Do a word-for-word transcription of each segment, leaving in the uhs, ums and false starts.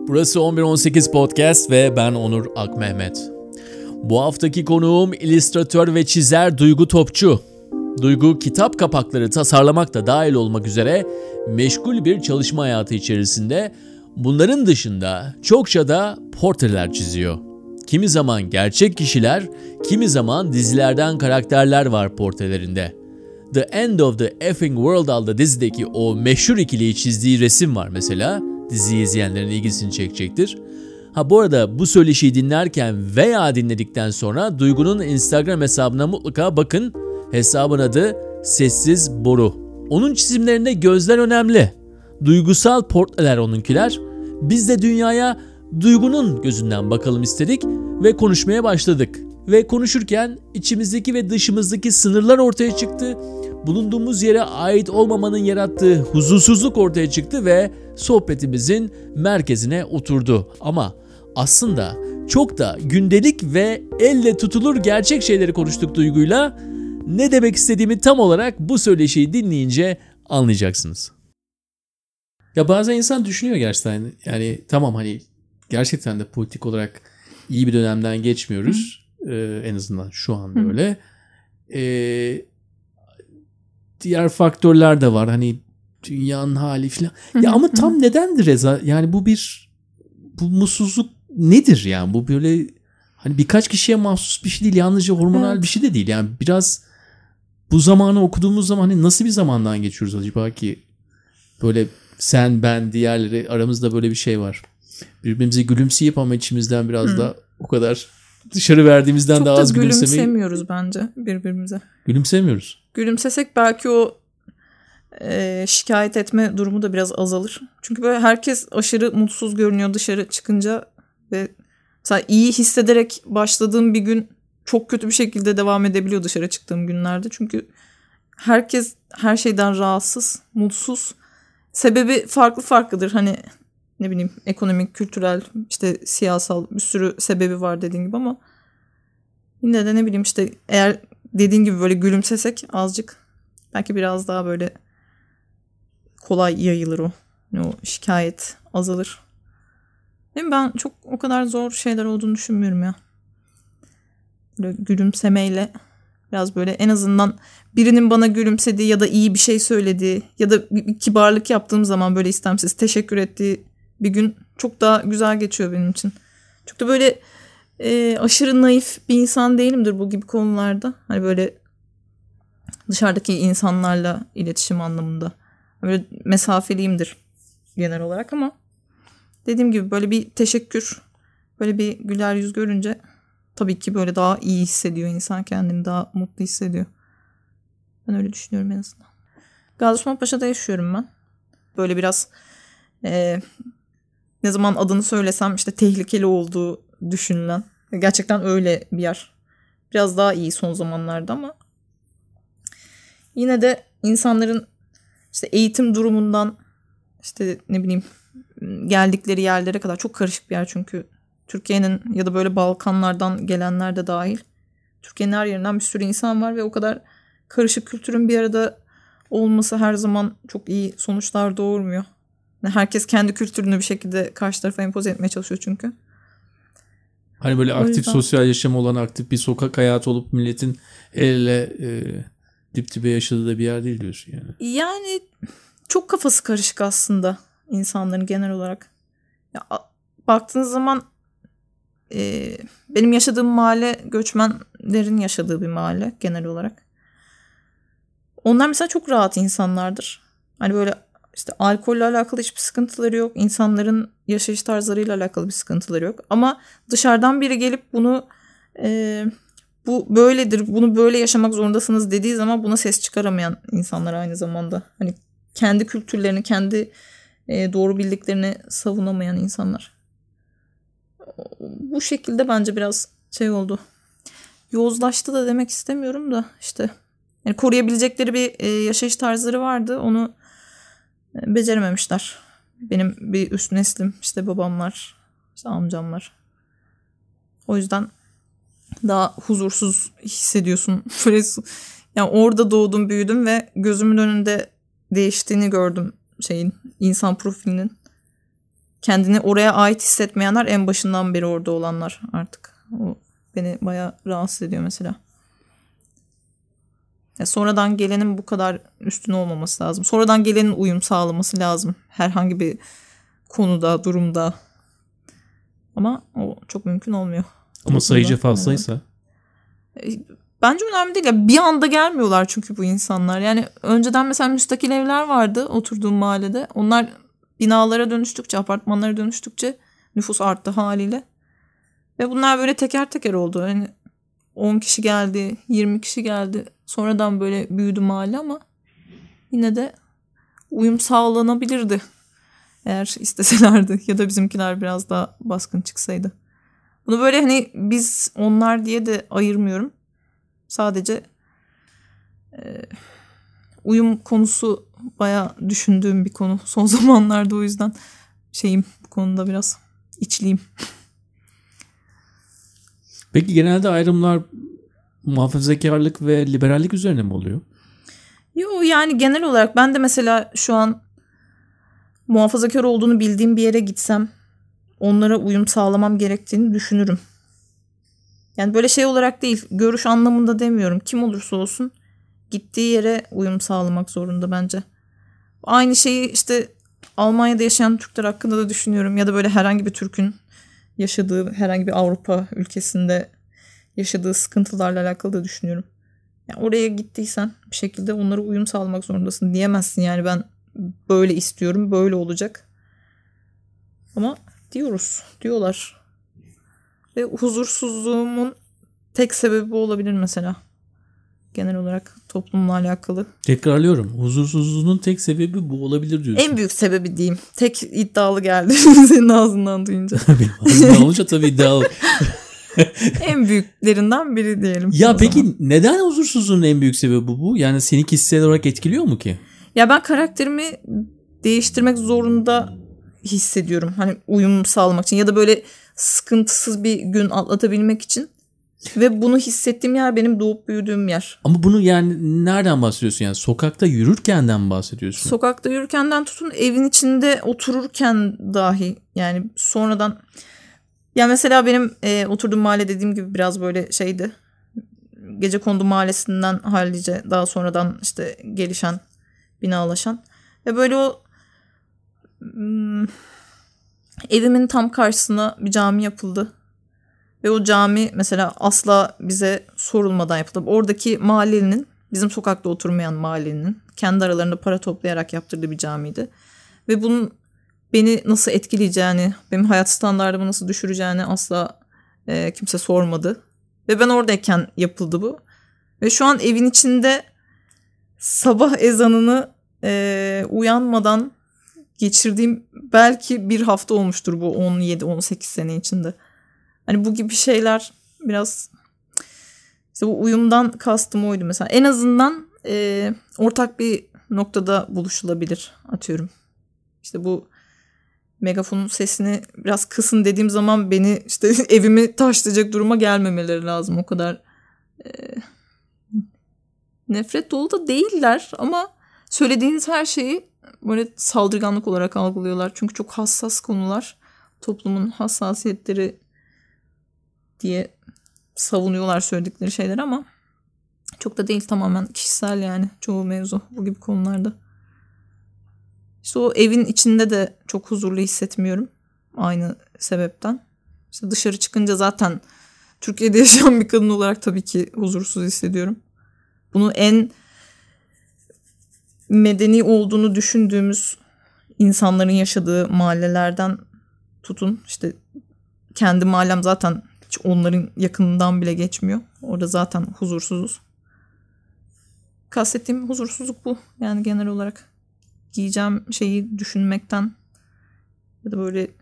Burası on bir on sekiz Podcast ve ben Onur Akmehmet. Bu haftaki konuğum illüstratör ve çizer Duygu Topçu. Duygu kitap kapakları tasarlamak da dahil olmak üzere meşgul bir çalışma hayatı içerisinde. Bunların dışında çokça da portreler çiziyor. Kimi zaman gerçek kişiler, kimi zaman dizilerden karakterler var portrelerinde. The End of the Effing World adlı dizideki o meşhur ikiliyi çizdiği resim var mesela. Diziyi izleyenlerin ilgisini çekecektir. Ha bu arada bu söyleşiyi dinlerken veya dinledikten sonra Duygu'nun Instagram hesabına mutlaka bakın. Hesabın adı Sessiz Boru. Onun çizimlerinde gözler önemli. Duygusal portreler onunkiler. Biz de dünyaya Duygu'nun gözünden bakalım istedik ve konuşmaya başladık. Ve konuşurken içimizdeki ve dışımızdaki sınırlar ortaya çıktı. Bulunduğumuz yere ait olmamanın yarattığı huzursuzluk ortaya çıktı ve sohbetimizin merkezine oturdu. Ama aslında çok da gündelik ve elle tutulur gerçek şeyleri konuştuk Duygu'yla. Ne demek istediğimi tam olarak bu söyleşiyi dinleyince anlayacaksınız. Ya bazen insan düşünüyor gerçekten, yani tamam hani gerçekten de politik olarak iyi bir dönemden geçmiyoruz. Ee, en azından şu anda öyle. Ee, diğer faktörler de var, hani dünyanın hali falan. Ya ama tam nedendir Reza? Yani bu bir bu mutsuzluk nedir yani? Bu böyle hani birkaç kişiye mahsus bir şey değil. Yalnızca hormonal evet. bir şey de değil. Yani biraz bu zamanı okuduğumuz zaman hani nasıl bir zamandan geçiyoruz acaba ki böyle sen, ben, diğerleri aramızda böyle bir şey var. Birbirimize gülümseyip ama içimizden biraz hmm. da o kadar dışarı verdiğimizden çok daha da az gülümsemeyi. Çok gülümsemiyoruz bence birbirimize. Gülümsemiyoruz. Gülümsesek belki o e, şikayet etme durumu da biraz azalır. Çünkü böyle herkes aşırı mutsuz görünüyor dışarı çıkınca ve mesela iyi hissederek başladığım bir gün çok kötü bir şekilde devam edebiliyor dışarı çıktığım günlerde. Çünkü herkes her şeyden rahatsız, mutsuz. Sebebi farklı farklıdır. Hani ne bileyim ekonomik, kültürel, işte siyasal bir sürü sebebi var dediğin gibi ama yine de ne bileyim işte eğer dediğin gibi böyle gülümsesek azıcık belki biraz daha böyle kolay yayılır o. O şikayet azalır. Değil mi? Ben çok o kadar zor şeyler olduğunu düşünmüyorum ya. Böyle gülümsemeyle biraz böyle en azından birinin bana gülümsediği ya da iyi bir şey söylediği ya da bir kibarlık yaptığım zaman böyle istemsiz teşekkür ettiği bir gün çok daha güzel geçiyor benim için. Çok da böyle e, aşırı naif bir insan değilimdir bu gibi konularda. Hani böyle dışarıdaki insanlarla iletişim anlamında. Böyle mesafeliyimdir genel olarak ama dediğim gibi böyle bir teşekkür, böyle bir güler yüz görünce tabii ki böyle daha iyi hissediyor insan, kendini daha mutlu hissediyor. Ben öyle düşünüyorum en azından. Gazi Osman Paşa'da yaşıyorum ben. Böyle biraz e, ne zaman adını söylesem işte tehlikeli olduğu düşünülen. Gerçekten öyle bir yer. Biraz daha iyi son zamanlarda ama yine de insanların işte eğitim durumundan işte ne bileyim geldikleri yerlere kadar çok karışık bir yer çünkü Türkiye'nin ya da böyle Balkanlardan gelenler de dahil. Türkiye'nin her yerinden bir sürü insan var ve o kadar karışık kültürün bir arada olması her zaman çok iyi sonuçlar doğurmuyor. Herkes kendi kültürünü bir şekilde karşı tarafa empoze etmeye çalışıyor çünkü. Hani böyle aktif yüzden... sosyal yaşam olan, aktif bir sokak hayatı olup milletin el ele e, dip dibe yaşadığı da bir yer değil diyorsun yani. Yani çok kafası karışık aslında insanların genel olarak. Ya, baktığınız zaman e, benim yaşadığım mahalle göçmenlerin yaşadığı bir mahalle genel olarak. Onlar mesela çok rahat insanlardır. Hani böyle işte alkolle alakalı hiçbir sıkıntıları yok. İnsanların yaşayış tarzlarıyla alakalı bir sıkıntıları yok. Ama dışarıdan biri gelip bunu e, bu böyledir, bunu böyle yaşamak zorundasınız dediği zaman buna ses çıkaramayan insanlar aynı zamanda. Hani kendi kültürlerini, kendi e, doğru bildiklerini savunamayan insanlar. Bu şekilde bence biraz şey oldu. Yozlaştı da demek istemiyorum da işte yani koruyabilecekleri bir e, yaşayış tarzları vardı. Onu e, becerememişler. Benim bir üst neslim işte babamlar, işte amcamlar. O yüzden daha huzursuz hissediyorsun. Yani orada doğdum, büyüdüm ve gözümün önünde değiştiğini gördüm şeyin, insan profilinin. kendini oraya ait hissetmeyenler en başından beri orada olanlar artık. O beni bayağı rahatsız ediyor mesela. Ya sonradan gelenin bu kadar üstün olmaması lazım. Sonradan gelenin uyum sağlaması lazım. Herhangi bir konuda, durumda. Ama o çok mümkün olmuyor. Ama sayıca fazlaysa? Bence önemli değil. Ya bir anda gelmiyorlar çünkü bu insanlar. Yani önceden mesela müstakil evler vardı oturduğum mahallede. Onlar binalara dönüştükçe, apartmanlara dönüştükçe nüfus arttı haliyle. Ve bunlar böyle teker teker oldu. Yani on kişi geldi, yirmi kişi geldi. Sonradan böyle büyüdü mahalle ama yine de uyum sağlanabilirdi. Eğer isteselerdi ya da bizimkiler biraz daha baskın çıksaydı. Bunu böyle hani biz onlar diye de ayırmıyorum. Sadece e, uyum konusu bayağı düşündüğüm bir konu. Son zamanlarda o yüzden şeyim bu konuda biraz içliyim. Peki genelde ayrımlar muhafazakarlık ve liberallik üzerine mi oluyor? Yo yani genel olarak ben de mesela şu an muhafazakar olduğunu bildiğim bir yere gitsem onlara uyum sağlamam gerektiğini düşünürüm. Yani böyle şey olarak değil, görüş anlamında demiyorum. Kim olursa olsun gittiği yere uyum sağlamak zorunda bence. Aynı şeyi işte Almanya'da yaşayan Türkler hakkında da düşünüyorum. Ya da böyle herhangi bir Türk'ün yaşadığı herhangi bir Avrupa ülkesinde yaşadığı sıkıntılarla alakalı da düşünüyorum. Yani oraya gittiysen bir şekilde onlara uyum sağlamak zorundasın diyemezsin. Yani ben böyle istiyorum, böyle olacak. Ama diyoruz, diyorlar. Ve huzursuzluğumun tek sebebi olabilir mesela. Genel olarak toplumla alakalı. Tekrarlıyorum. Huzursuzluğunun tek sebebi bu olabilir diyorsun. En büyük sebebi diyeyim. Tek iddialı geldi senin ağzından duyunca. Benim ağzımdan olunca tabii iddialı. En büyüklerinden biri diyelim. Ya peki zaman. Neden huzursuzluğun en büyük sebebi bu? Yani seni kişisel olarak etkiliyor mu ki? Ya ben karakterimi değiştirmek zorunda hissediyorum. Hani uyum sağlamak için ya da böyle sıkıntısız bir gün atlatabilmek için. Ve bunu hissettiğim yer benim doğup büyüdüğüm yer. Ama bunu yani nereden bahsediyorsun? Yani sokakta yürürkenden mi bahsediyorsun? Sokakta yürürkenden tutun evin içinde otururken dahi yani sonradan. Ya mesela benim e, oturduğum mahalle dediğim gibi biraz böyle şeydi. Gecekondu mahallesinden hallice daha sonradan işte gelişen, binalaşan. Ve böyle o ım, evimin tam karşısına bir cami yapıldı. Ve o cami mesela asla bize sorulmadan yapıldı. Oradaki mahallenin, bizim sokakta oturmayan mahallenin kendi aralarında para toplayarak yaptırdığı bir camiydi. Ve bunun beni nasıl etkileyeceğini, benim hayat standartımı nasıl düşüreceğini asla e, kimse sormadı. Ve ben oradayken yapıldı bu. Ve şu an evin içinde sabah ezanını e, uyanmadan geçirdiğim belki bir hafta olmuştur bu on yedi on sekiz sene içinde. Hani bu gibi şeyler biraz işte bu uyumdan kastım oydu mesela. En azından e, ortak bir noktada buluşulabilir atıyorum. İşte bu megafonun sesini biraz kısın dediğim zaman beni işte evimi taşlayacak duruma gelmemeleri lazım. O kadar e, nefret dolu da değiller ama söylediğiniz her şeyi böyle saldırganlık olarak algılıyorlar. Çünkü çok hassas konular, toplumun hassasiyetleri diye savunuyorlar söyledikleri şeyler ama çok da değil, tamamen kişisel yani çoğu mevzu bu gibi konularda. İşte o evin içinde de çok huzurlu hissetmiyorum aynı sebepten. İşte dışarı çıkınca zaten Türkiye'de yaşayan bir kadın olarak tabii ki huzursuz hissediyorum. Bunu en medeni olduğunu düşündüğümüz insanların yaşadığı mahallelerden tutun. İşte kendi mahallem zaten hiç onların yakınından bile geçmiyor. Orada zaten huzursuzuz. Kastettiğim huzursuzluk bu. Yani genel olarak giyeceğim şeyi düşünmekten ya da böyle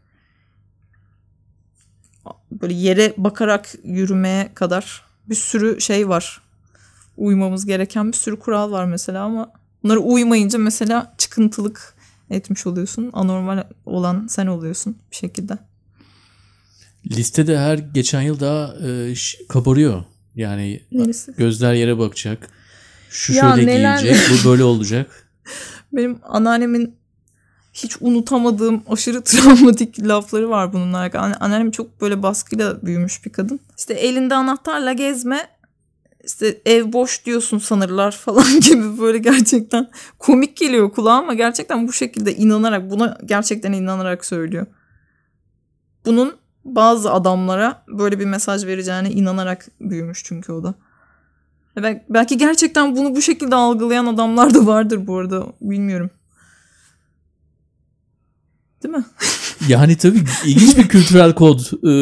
böyle yere bakarak yürümeye kadar bir sürü şey var. Uymamız gereken bir sürü kural var mesela ama bunlara uymayınca mesela çıkıntılık etmiş oluyorsun. Anormal olan sen oluyorsun bir şekilde. Listede her geçen yıl daha e, kabarıyor. Yani neresi? Gözler yere bakacak. Şu ya şöyle neler... giyecek, bu böyle olacak. Benim anneannemin hiç unutamadığım aşırı travmatik lafları var bununla alakalı. Anne, annem çok böyle baskıyla büyümüş bir kadın. İşte elinde anahtarla gezme, işte ev boş diyorsun sanırlar falan gibi böyle gerçekten komik geliyor kulağa ama gerçekten bu şekilde inanarak, buna gerçekten inanarak söylüyor. Bunun bazı adamlara böyle bir mesaj vereceğine inanarak büyümüş çünkü o da. Belki gerçekten bunu bu şekilde algılayan adamlar da vardır bu arada. Bilmiyorum. Değil mi? Yani tabii ilginç bir kültürel kod.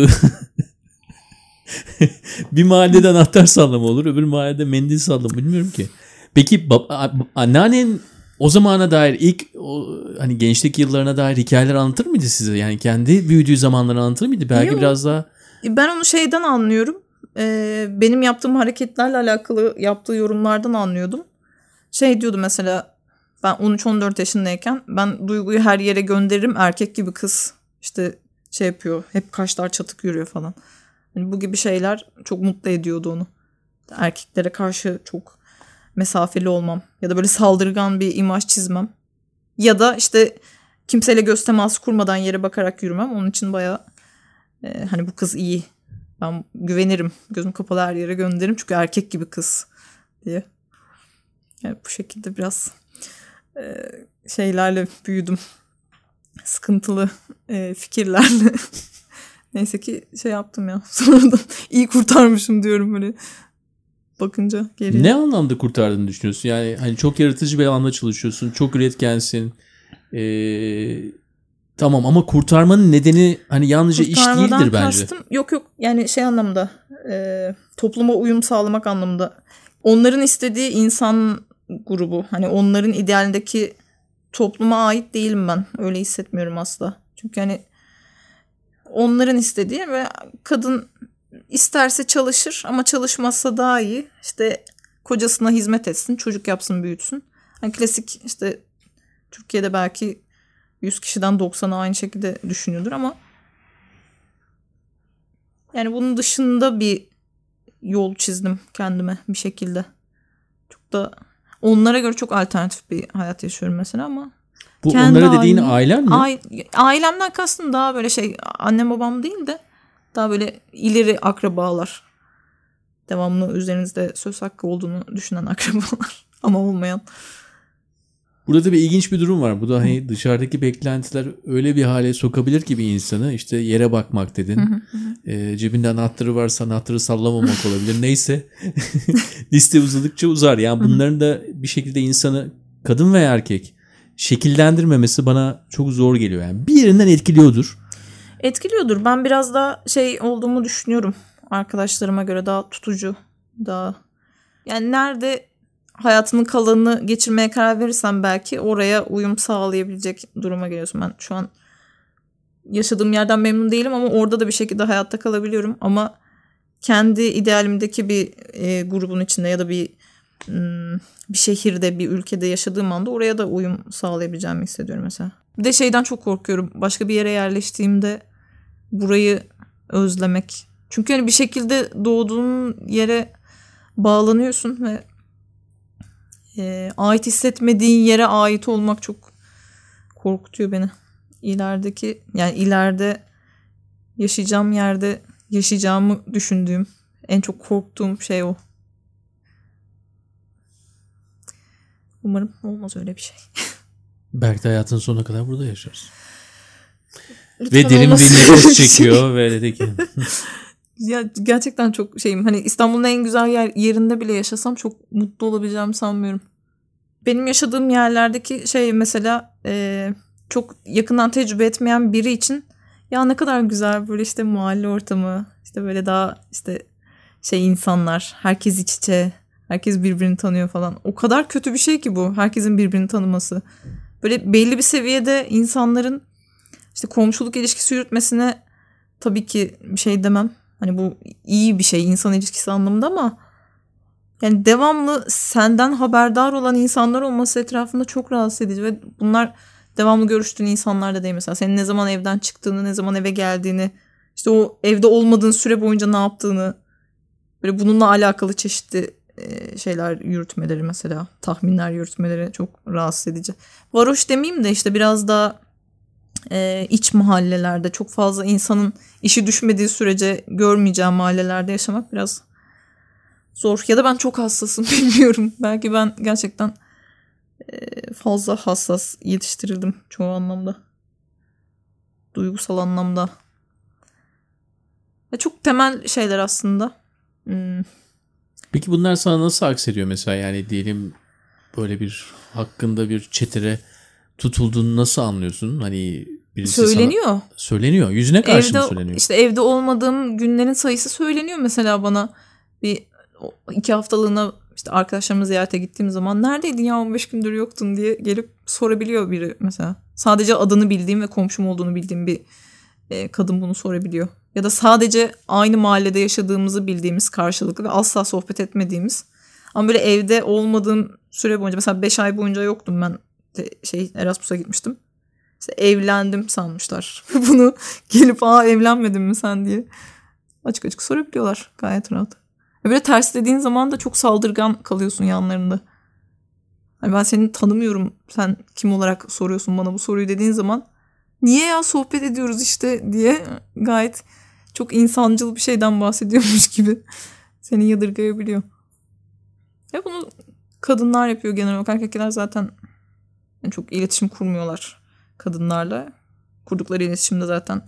Bir mahallede anahtar sallama olur, öbür mahallede mendil sallama, bilmiyorum ki. Peki anneannen o zamana dair ilk o, hani gençlik yıllarına dair hikayeler anlatır mıydı size? Yani kendi büyüdüğü zamanları anlatır mıydı? Belki Yok. biraz daha... Ben onu şeyden anlıyorum. Ee, benim yaptığım hareketlerle alakalı yaptığı yorumlardan anlıyordum. Şey diyordu mesela, ben on üç on dört yaşındayken ben Duygu'yu her yere gönderirim, erkek gibi kız işte şey yapıyor, hep kaşlar çatık yürüyor falan. Yani bu gibi şeyler çok mutlu ediyordu onu. Erkeklere karşı çok mesafeli olmam ya da böyle saldırgan bir imaj çizmem. Ya da işte kimseyle göz teması kurmadan yere bakarak yürümem. Onun için bayağı e, hani bu kız iyi. Ben güvenirim. Gözüm kapalı her yere gönderirim çünkü erkek gibi kız diye. Yani bu şekilde biraz e, şeylerle büyüdüm. Sıkıntılı e, fikirlerle. Neyse ki şey yaptım ya. Sonradan iyi kurtarmışım diyorum böyle bakınca geriye. Ne anlamda kurtardığını düşünüyorsun? Yani hani çok yaratıcı bir alanda çalışıyorsun. Çok üretkensin. Ee, tamam ama kurtarmanın nedeni hani yalnızca iş değildir bence. Kastım, yok yok yani şey anlamda e, topluma uyum sağlamak anlamında. Onların istediği insan grubu. Hani onların idealindeki topluma ait değilim ben. Öyle hissetmiyorum asla. Çünkü hani onların istediği ve kadın isterse çalışır ama çalışmazsa daha iyi. İşte kocasına hizmet etsin, çocuk yapsın, büyütsün. Yani klasik işte Türkiye'de belki yüz kişiden doksanı aynı şekilde düşünüyordur ama yani bunun dışında bir yol çizdim kendime bir şekilde. Çok da onlara göre çok alternatif bir hayat yaşıyorum mesela ama bu onlara dediğin ailen mi? A- ailemden kastım daha böyle şey, annem babam değil de daha böyle ileri akrabalar. Devamlı üzerinizde söz hakkı olduğunu düşünen akrabalar ama olmayan. Burada bir ilginç bir durum var. Bu da hani dışarıdaki beklentiler öyle bir hale sokabilir ki bir insanı. İşte yere bakmak dedin. e, cebinde anahtarı varsa anahtarı sallamamak olabilir. Neyse. Liste uzadıkça uzar. Yani bunların da bir şekilde insanı, kadın veya erkek, şekillendirmemesi bana çok zor geliyor. Yani bir yerinden etkiliyordur. Etkiliyordur. Ben biraz daha şey olduğumu düşünüyorum. Arkadaşlarıma göre daha tutucu. Daha yani nerede hayatının kalanını geçirmeye karar verirsen belki oraya uyum sağlayabilecek duruma geliyorsun. Ben şu an yaşadığım yerden memnun değilim ama orada da bir şekilde hayatta kalabiliyorum. Ama kendi idealimdeki bir e, grubun içinde ya da bir m, bir şehirde, bir ülkede yaşadığım anda oraya da uyum sağlayabileceğimi hissediyorum mesela. Bir de şeyden çok korkuyorum. Başka bir yere yerleştiğimde burayı özlemek. Çünkü hani bir şekilde doğduğun yere bağlanıyorsun ve e, ait hissetmediğin yere ait olmak çok korkutuyor beni. İlerideki yani ileride yaşayacağım yerde yaşayacağımı düşündüğüm, en çok korktuğum şey o. Umarım olmaz öyle bir şey. Belki de hayatın sonuna kadar burada yaşarsın. Lütfen ve derin bir nefes çekiyor ve dedi ki. Ya gerçekten çok şeyim. Hani İstanbul'un en güzel yer, yerinde bile yaşasam çok mutlu olabileceğimi sanmıyorum. Benim yaşadığım yerlerdeki şey mesela e, çok yakından tecrübe etmeyen biri için ya ne kadar güzel böyle işte mahalle ortamı, işte böyle daha işte şey insanlar, herkes iç içe, herkes birbirini tanıyor falan. O kadar kötü bir şey ki bu, herkesin birbirini tanıması. Böyle belli bir seviyede insanların işte komşuluk ilişkisi yürütmesine tabii ki bir şey demem. Hani bu iyi bir şey insan ilişkisi anlamında ama yani devamlı senden haberdar olan insanlar olması etrafında çok rahatsız edici ve bunlar devamlı görüştüğün insanlar da değil mesela. Senin ne zaman evden çıktığını, ne zaman eve geldiğini, işte o evde olmadığın süre boyunca ne yaptığını, böyle bununla alakalı çeşitli şeyler yürütmeleri mesela, tahminler yürütmeleri çok rahatsız edici. Varoş demeyeyim de işte biraz daha e, iç mahallelerde çok fazla insanın işi düşmediği sürece görmeyeceğim mahallelerde yaşamak biraz zor. Ya da ben çok hassasım, bilmiyorum. Belki ben gerçekten e, fazla hassas yetiştirildim çoğu anlamda. Duygusal anlamda. Ya çok temel şeyler aslında. Hmm. Peki bunlar sana nasıl aksediyor mesela, yani diyelim böyle bir hakkında bir çetire tutulduğunu nasıl anlıyorsun? Hani birisi Söyleniyor. Sana söyleniyor. Yüzüne karşı Evde, mı söyleniyor? işte evde olmadığım günlerin sayısı söyleniyor mesela bana. Bir iki haftalığına işte arkadaşlarımı ziyarete gittiğim zaman neredeydin ya on beş gündür yoktun diye gelip sorabiliyor biri mesela. Sadece adını bildiğim ve komşum olduğunu bildiğim bir e, kadın bunu sorabiliyor. Ya da sadece aynı mahallede yaşadığımızı bildiğimiz karşılıklı ve asla sohbet etmediğimiz. Ama böyle evde olmadığım süre boyunca, mesela beş ay boyunca yoktum ben, de, şey Erasmus'a gitmiştim. İşte evlendim sanmışlar. Bunu gelip aa evlenmedin mi sen diye açık açık sorabiliyorlar gayet rahat. Böyle terslediğin zaman da çok saldırgan kalıyorsun yanlarında. Hani ben seni tanımıyorum, sen kim olarak soruyorsun bana bu soruyu dediğin zaman niye ya sohbet ediyoruz işte diye gayet çok insancıl bir şeyden bahsediyormuş gibi seni yadırgayabiliyor. Ya bunu kadınlar yapıyor genel olarak. Erkekler zaten yani çok iletişim kurmuyorlar kadınlarla. Kurdukları iletişimde zaten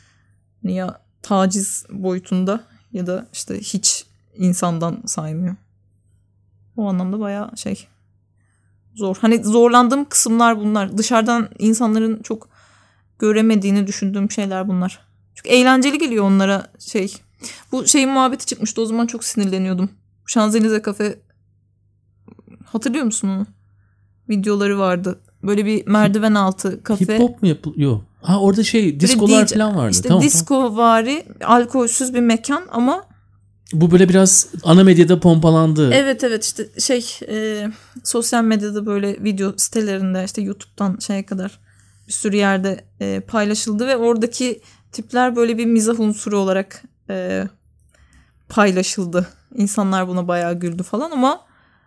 ya taciz boyutunda ya da işte hiç insandan saymıyor. O anlamda bayağı şey zor. Hani zorlandığım kısımlar bunlar. Dışarıdan insanların çok göremediğini düşündüğüm şeyler bunlar. Çünkü eğlenceli geliyor onlara şey. Bu şeyin muhabbeti çıkmıştı. O zaman çok sinirleniyordum. Şanzelize kafe, hatırlıyor musun onu? Videoları vardı. Böyle bir merdiven altı kafe. Hip hop mu yapılıyor? Ha orada şey diskolar falan vardı. İşte tamam, diskovari, tamam. Alkolsüz bir mekan ama bu böyle biraz ana medyada pompalandı. Evet evet işte şey e, sosyal medyada böyle video sitelerinde işte YouTube'dan şeye kadar bir sürü yerde e, paylaşıldı ve oradaki tipler böyle bir mizah unsuru olarak e, paylaşıldı. İnsanlar buna bayağı güldü falan ama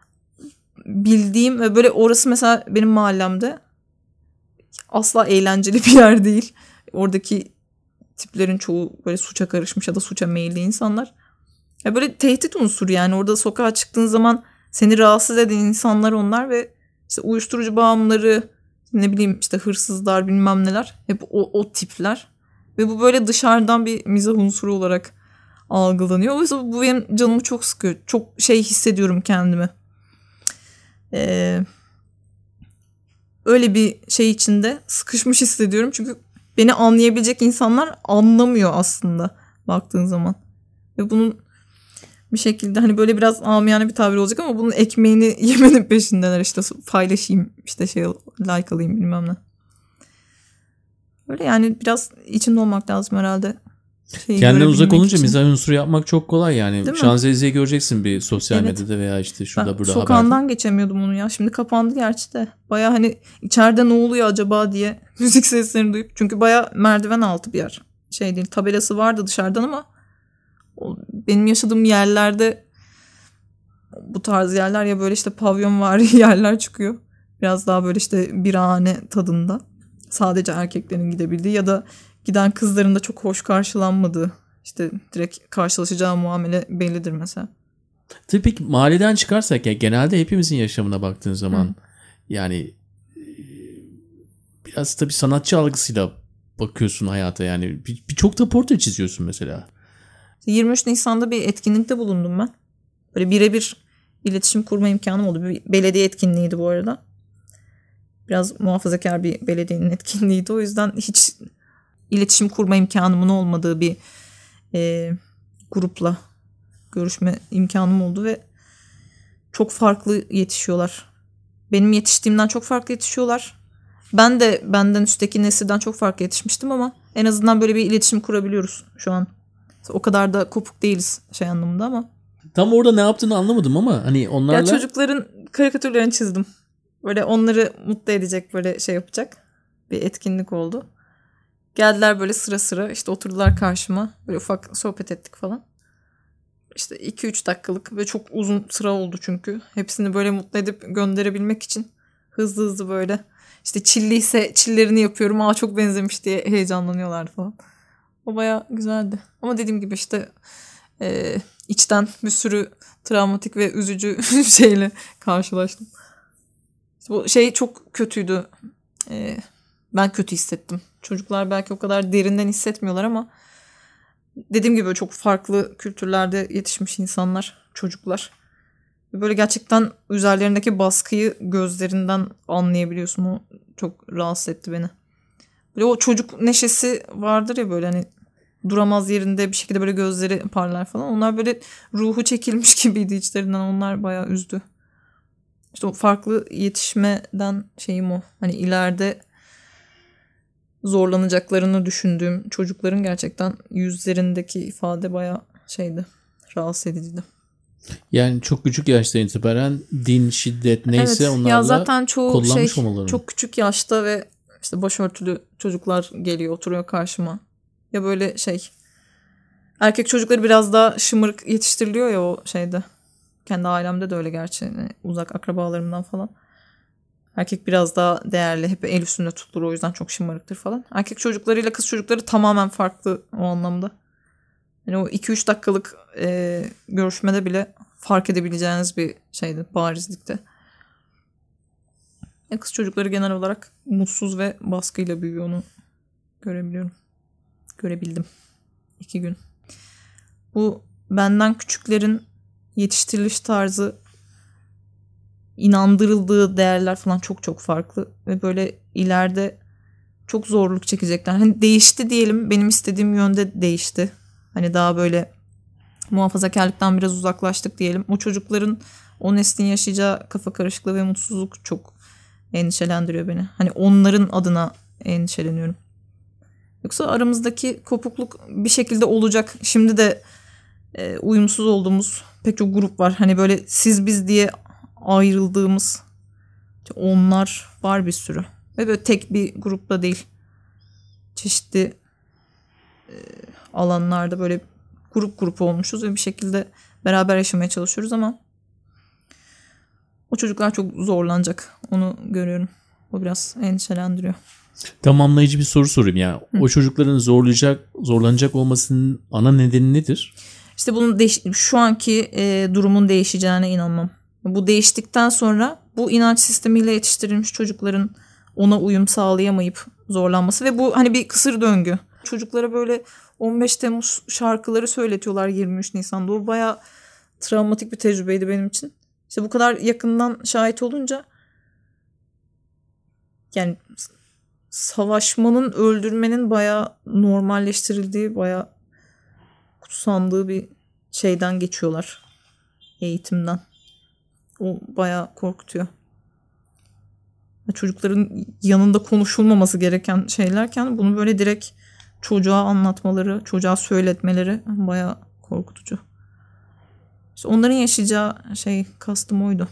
bildiğim ve böyle orası mesela benim mahallemde asla eğlenceli bir yer değil. Oradaki tiplerin çoğu böyle suça karışmış ya da suça meyilli insanlar. Ya böyle tehdit unsuru yani orada sokağa çıktığın zaman seni rahatsız eden insanlar onlar ve işte uyuşturucu bağımlıları, ne bileyim işte hırsızlar, bilmem neler, hep o, o tipler ve bu böyle dışarıdan bir mizah unsuru olarak algılanıyor. O yüzden bu benim canımı çok sıkıyor. Çok şey hissediyorum kendimi. Ee, öyle bir şey içinde sıkışmış hissediyorum çünkü beni anlayabilecek insanlar anlamıyor aslında baktığın zaman ve bunun bir şekilde hani böyle biraz amiyane bir tabir olacak ama bunun ekmeğini yemenin peşindeler, işte paylaşayım işte şey like alayım bilmem ne. Öyle yani biraz içinde olmak lazım herhalde. Şeyi Kendinden uzak olunca için. mizah unsuru yapmak çok kolay yani. Değil Şanzelize'yi göreceksin bir sosyal Evet. medyada veya işte şurada ben burada sokağından haber. geçemiyordum onu ya. Şimdi kapandı gerçi de. Baya hani içeride ne oluyor acaba diye müzik seslerini duyup. Çünkü baya merdiven altı bir yer. Şey değil, tabelası vardı dışarıdan ama benim yaşadığım yerlerde bu tarz yerler ya böyle işte pavyon var yerler çıkıyor. Biraz daha böyle işte birahane tadında. Sadece erkeklerin gidebildiği ya da giden kızların da çok hoş karşılanmadığı. İşte direkt karşılaşacağı muamele bellidir mesela. Tabii peki mahalleden çıkarsak ya genelde hepimizin yaşamına baktığın zaman Hı. yani biraz tabii sanatçı algısıyla bakıyorsun hayata yani. Birçok bir da portre çiziyorsun mesela. yirmi üç Nisan'da bir etkinlikte bulundum ben. Böyle birebir iletişim kurma imkanım oldu. Bir belediye etkinliğiydi bu arada. Biraz muhafazakar bir belediyenin etkinliğiydi. O yüzden hiç iletişim kurma imkanımın olmadığı bir e, grupla görüşme imkanım oldu ve çok farklı yetişiyorlar. Benim yetiştiğimden çok farklı yetişiyorlar. Ben de benden üstteki nesilden çok farklı yetişmiştim ama en azından böyle bir iletişim kurabiliyoruz şu an. O kadar da kopuk değiliz şey anlamında ama. Tam orada ne yaptığını anlamadım ama hani onlarla. Ya çocukların karikatürlerini çizdim. Böyle onları mutlu edecek böyle şey yapacak bir etkinlik oldu. Geldiler böyle sıra sıra işte oturdular karşıma. Böyle ufak sohbet ettik falan. İşte iki üç dakikalık ve çok uzun sıra oldu çünkü. Hepsini böyle mutlu edip gönderebilmek için Hızlı hızlı böyle. İşte çilliyse çillerini yapıyorum. Aa çok benzemiş diye heyecanlanıyorlar falan. O baya güzeldi. Ama dediğim gibi işte e, içten bir sürü travmatik ve üzücü şeyle karşılaştım. İşte bu şey çok kötüydü. E, ben kötü hissettim. Çocuklar belki o kadar derinden hissetmiyorlar ama dediğim gibi çok farklı kültürlerde yetişmiş insanlar, çocuklar. Böyle gerçekten üzerlerindeki baskıyı gözlerinden anlayabiliyorsun. O çok rahatsız etti beni. Böyle o çocuk neşesi vardır ya, böyle hani duramaz yerinde bir şekilde böyle gözleri parlar falan. Onlar böyle ruhu çekilmiş gibiydi içlerinden. Onlar bayağı üzdü. İşte o farklı yetişmeden şeyim o. Hani ileride zorlanacaklarını düşündüğüm çocukların gerçekten yüzlerindeki ifade bayağı şeydi. Rahatsız ediciydi. Yani çok küçük yaştan itibaren din, şiddet neyse Evet, onlarla ya zaten çoğu şey olmaları. Çok küçük yaşta ve işte başörtülü çocuklar geliyor, oturuyor karşıma. Ya böyle şey, erkek çocukları biraz daha şımarık yetiştiriliyor ya o şeyde. Kendi ailemde de öyle gerçi. Yani uzak akrabalarımdan falan. Erkek biraz daha değerli. Hep el üstünde tutulur, o yüzden çok şımarıktır falan. Erkek çocuklarıyla kız çocukları tamamen farklı o anlamda. Yani o iki üç dakikalık e, görüşmede bile fark edebileceğiniz bir şeydi, barizlikte. Ya kız çocukları genel olarak mutsuz ve baskıyla büyüyor, onu görebiliyorum. Görebildim. İki gün. Bu benden küçüklerin yetiştiriliş tarzı, inandırıldığı değerler falan çok çok farklı. Ve böyle ileride çok zorluk çekecekler. Hani değişti diyelim, benim istediğim yönde değişti. Hani daha böyle muhafazakarlıktan biraz uzaklaştık diyelim. O çocukların, o neslin yaşayacağı kafa karışıklığı ve mutsuzluk çok endişelendiriyor beni. Hani onların adına endişeleniyorum. Yoksa aramızdaki kopukluk bir şekilde olacak. Şimdi de e, uyumsuz olduğumuz pek çok grup var. Hani böyle siz biz diye ayrıldığımız onlar var bir sürü. Ve böyle tek bir grupta değil. Çeşitli e, alanlarda böyle grup grup olmuşuz ve bir şekilde beraber yaşamaya çalışıyoruz ama o çocuklar çok zorlanacak. Onu görüyorum. O biraz endişelendiriyor. Tamamlayıcı bir soru sorayım ya. Hı. O çocukların zorlayacak, zorlanacak olmasının ana nedeni nedir? İşte bunun değiş- şu anki e, durumun değişeceğine inanmam. Bu değiştikten sonra bu inanç sistemiyle yetiştirilmiş çocukların ona uyum sağlayamayıp zorlanması ve bu hani bir kısır döngü. Çocuklara böyle on beş Temmuz şarkıları söyletiyorlar yirmi üç Nisan'da. O bayağı travmatik bir tecrübeydi benim için. İşte bu kadar yakından şahit olunca, yani savaşmanın, öldürmenin bayağı normalleştirildiği, bayağı kutsandığı bir şeyden geçiyorlar, eğitimden. O bayağı korkutuyor. Çocukların yanında konuşulmaması gereken şeylerken bunu böyle direkt çocuğa anlatmaları, çocuğa söyletmeleri bayağı korkutucu. İşte onların yaşayacağı şey, kastım oydu.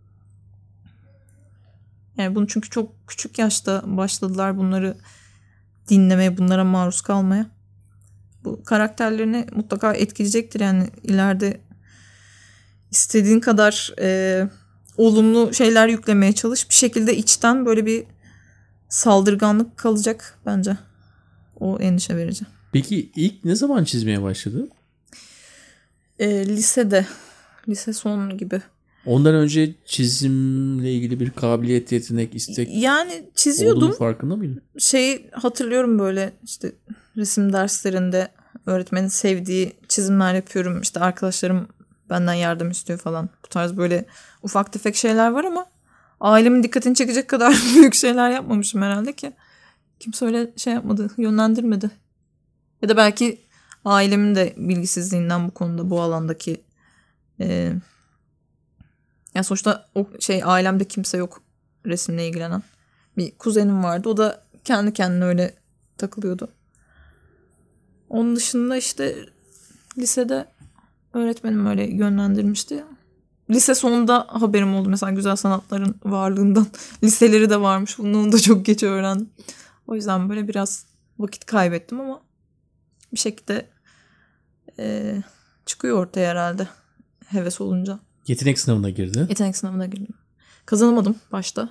Yani bunu çünkü çok küçük yaşta başladılar bunları dinlemeye, bunlara maruz kalmaya. Bu karakterlerini mutlaka etkileyecektir. Yani ileride istediğin kadar e, olumlu şeyler yüklemeye çalış. Bir şekilde içten böyle bir saldırganlık kalacak bence. O endişe verici. Peki ilk ne zaman çizmeye başladı? E, lisede. Lise son gibi. Ondan önce çizimle ilgili bir kabiliyet, yetenek, istek yani çiziyordum. Olduğunun farkında mıydın? Şey hatırlıyorum, böyle işte resim derslerinde öğretmenin sevdiği çizimler yapıyorum. İşte arkadaşlarım benden yardım istiyor falan. Bu tarz böyle ufak tefek şeyler var ama ailemin dikkatini çekecek kadar büyük şeyler yapmamışım herhalde ki. Kimse öyle şey yapmadı, yönlendirmedi. Ya da belki ailemin de bilgisizliğinden bu konuda, bu alandaki e, yani sonuçta o şey, ailemde kimse yok resimle ilgilenen. Bir kuzenim vardı, o da kendi kendine öyle takılıyordu. Onun dışında işte lisede öğretmenim öyle yönlendirmişti. Lise sonunda haberim oldu mesela güzel sanatların varlığından. Liseleri de varmış. Bunu da çok geç öğrendim. O yüzden böyle biraz vakit kaybettim ama bir şekilde e, çıkıyor ortaya herhalde heves olunca. Yetenek sınavına girdi. Yetenek sınavına girdim. Kazanamadım başta.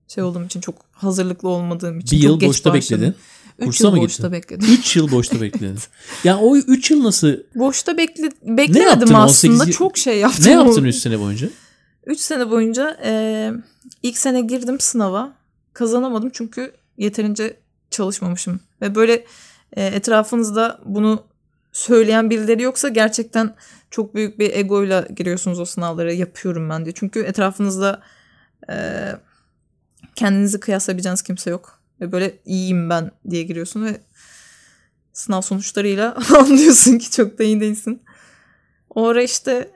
şey olduğum için, çok hazırlıklı olmadığım için. Bir yıl çok geç boşta başladım. bekledin. Üç Kursa yıl mı boşta gittin? bekledim. Üç yıl boşta bekledin. Ya o üç yıl nasıl? Boşta bekle, Ne beklemedim yaptın aslında. on sekiz Çok şey yaptım. Ne yaptın üç sene boyunca? üç sene boyunca e, ilk sene girdim sınava. Kazanamadım çünkü yeterince çalışmamışım. Ve böyle e, etrafınızda bunu söyleyen birileri yoksa gerçekten çok büyük bir egoyla giriyorsunuz o sınavlara, yapıyorum ben diye. Çünkü etrafınızda e, kendinizi kıyaslayabileceğiniz kimse yok. Ve böyle iyiyim ben diye giriyorsun ve sınav sonuçlarıyla anlıyorsun ki çok da iyi değilsin. O ara işte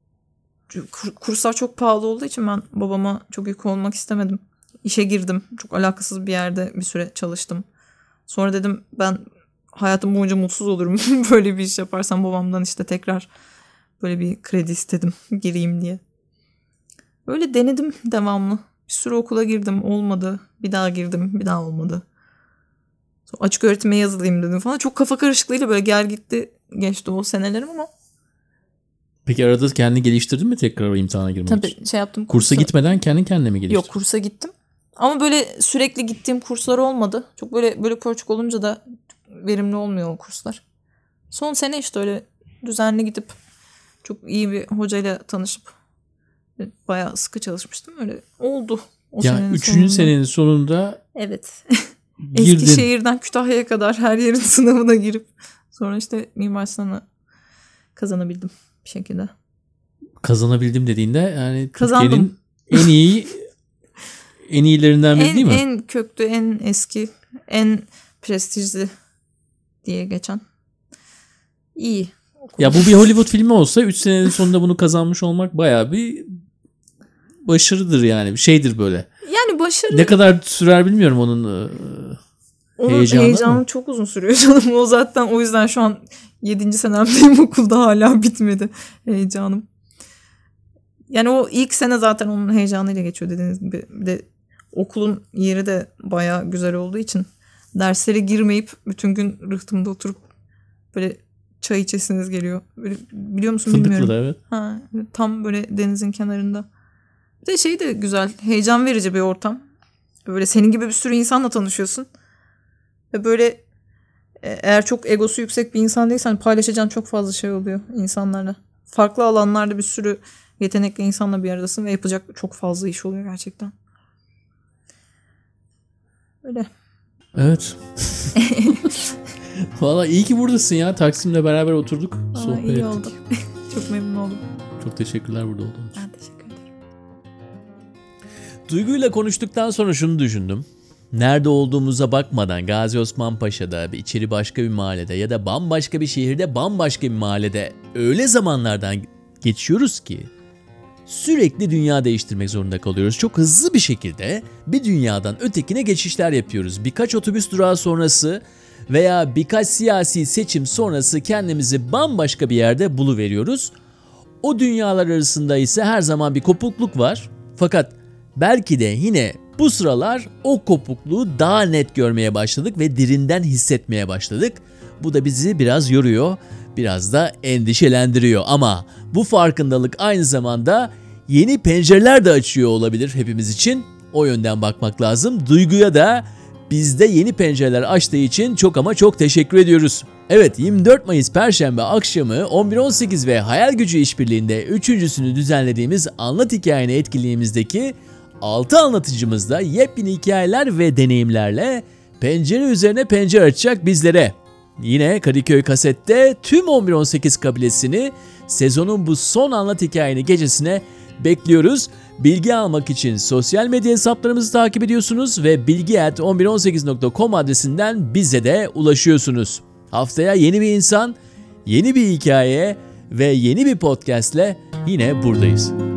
kurslar çok pahalı olduğu için ben babama çok yük olmak istemedim. İşe girdim. Çok alakasız bir yerde bir süre çalıştım. Sonra dedim ben hayatım boyunca mutsuz olurum böyle bir iş yaparsam. Babamdan işte tekrar böyle bir kredi istedim gireyim diye. Öyle denedim devamlı. Bir sürü okula girdim, olmadı. Bir daha girdim, bir daha olmadı. Sonra açık öğretime yazılayım dedim falan. Çok kafa karışıklığıyla böyle gel gitti geçti o senelerim ama. Peki arada kendini geliştirdin mi tekrar o imtihana girmek Tabii için? şey yaptım. Kursa, kursa gitmeden kendin kendine mi geliştirdin? Yok, kursa gittim. Ama böyle sürekli gittiğim kurslar olmadı. Çok böyle böyle pörçük olunca da verimli olmuyor o kurslar. Son sene işte öyle düzenli gidip çok iyi bir hocayla tanışıp bayağı sıkı çalışmıştım. Öyle oldu. O yani üçüncü sonunda. senenin sonunda evet. girdin. Eskişehir'den Kütahya'ya kadar her yerin sınavına girip sonra işte Mimar Sinan'ı kazanabildim bir şekilde. Kazanabildim dediğinde yani kazandım. Türkiye'nin en iyi en iyilerinden biri en, değil mi? En köklü, en eski, en prestijli diye geçen. İyi. Ya bu bir Hollywood filmi olsa üç senenin sonunda bunu kazanmış olmak bayağı bir başarıdır yani. Bir şeydir böyle. Yani başarı. Ne kadar sürer bilmiyorum onun, onun heyecanı. Heyecanı çok uzun sürüyor canım. O zaten o yüzden şu an yedinci senemdeyim, okulda hala bitmedi heyecanım. Yani o ilk sene zaten onun heyecanıyla geçiyor dediğiniz gibi. Bir de okulun yeri de bayağı güzel olduğu için derslere girmeyip bütün gün rıhtımda oturup böyle çay içesiniz geliyor. Böyle, biliyor musun bilmiyorum. Fındıklı'da evet. Ha, tam böyle denizin kenarında. Bir de şey de güzel, heyecan verici bir ortam. Böyle senin gibi bir sürü insanla tanışıyorsun. Ve böyle eğer çok egosu yüksek bir insan değilsen paylaşacağın çok fazla şey oluyor insanlarla. Farklı alanlarda bir sürü yetenekli insanla bir aradasın ve yapacak çok fazla iş oluyor gerçekten. Öyle. Evet. Valla iyi ki buradasın ya. Taksim'le beraber oturduk. Aa, sohbet iyi ettik. oldu. Çok memnun oldum. Çok teşekkürler burada olduğunuz için. Ben teşekkür ederim. Duygu'yla konuştuktan sonra şunu düşündüm. Nerede olduğumuza bakmadan Gazi Osman Paşa'da, bir içeri başka bir mahallede ya da bambaşka bir şehirde bambaşka bir mahallede öyle zamanlardan geçiyoruz ki sürekli dünya değiştirmek zorunda kalıyoruz. Çok hızlı bir şekilde bir dünyadan ötekine geçişler yapıyoruz. Birkaç otobüs durağı sonrası veya birkaç siyasi seçim sonrası kendimizi bambaşka bir yerde buluveriyoruz. O dünyalar arasında ise her zaman bir kopukluk var. Fakat belki de yine bu sıralar o kopukluğu daha net görmeye başladık ve derinden hissetmeye başladık. Bu da bizi biraz yoruyor, biraz da endişelendiriyor. Ama bu farkındalık aynı zamanda yeni pencereler de açıyor olabilir hepimiz için. O yönden bakmak lazım. Duygu'ya da bizde yeni pencereler açtığı için çok ama çok teşekkür ediyoruz. Evet, yirmi dört Mayıs Perşembe akşamı on bir on sekiz ve Hayal Gücü işbirliğinde üçüncüsünü düzenlediğimiz Anlat Hikayeni etkinliğimizdeki altı anlatıcımız da yepyeni hikayeler ve deneyimlerle pencere üzerine pencere açacak bizlere. Yine Kadıköy Kaset'te tüm on bir on sekiz kabilesini sezonun bu son Anlat Hikayeni gecesine bekliyoruz. Bilgi almak için sosyal medya hesaplarımızı takip ediyorsunuz ve bilgi at on bir on sekiz nokta com adresinden bize de ulaşıyorsunuz. Haftaya yeni bir insan, yeni bir hikaye ve yeni bir podcastle yine buradayız.